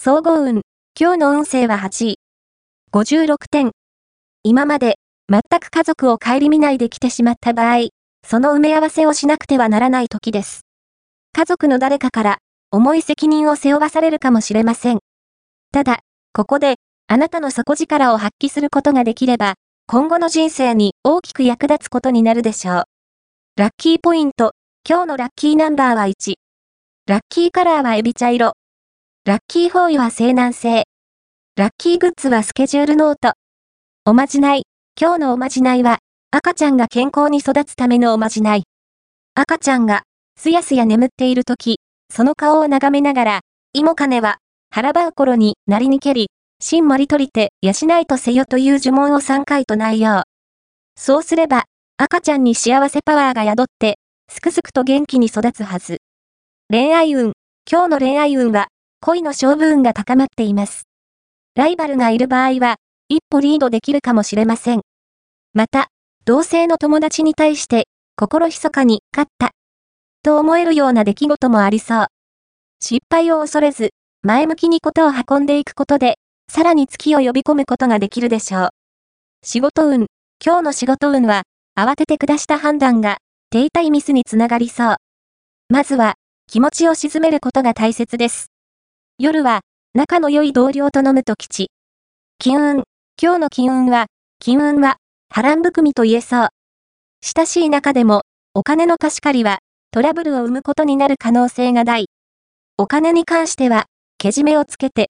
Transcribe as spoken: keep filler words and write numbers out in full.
総合運。今日の運勢ははちい。ごじゅうろくてん。今まで、全く家族を顧みないで来てしまった場合、その埋め合わせをしなくてはならない時です。家族の誰かから、重い責任を背負わされるかもしれません。ただ、ここで、あなたの底力を発揮することができれば、今後の人生に大きく役立つことになるでしょう。ラッキーポイント。今日のラッキーナンバーはいち。ラッキーカラーはエビ茶色。ラッキーフォーイは西南西。ラッキーグッズはスケジュールノート。おまじない。今日のおまじないは、赤ちゃんが健康に育つためのおまじない。赤ちゃんが、すやすや眠っているとき、その顔を眺めながら、芋金は、腹ばう頃になりにけり、芯もりとりて養いとせよという呪文をさんかい唱えよう。そうすれば、赤ちゃんに幸せパワーが宿って、すくすくと元気に育つはず。恋愛運。今日の恋愛運は、恋の勝負運が高まっています。ライバルがいる場合は、一歩リードできるかもしれません。また、同性の友達に対して、心密かに、勝った。と思えるような出来事もありそう。失敗を恐れず、前向きにことを運んでいくことで、さらに月を呼び込むことができるでしょう。仕事運。今日の仕事運は、慌てて下した判断が、手痛いミスにつながりそう。まずは、気持ちを鎮めることが大切です。夜は、仲の良い同僚と飲むと吉。金運。今日の金運は、金運は、波乱含みと言えそう。親しい中でも、お金の貸し借りは、トラブルを生むことになる可能性が大。お金に関しては、けじめをつけて、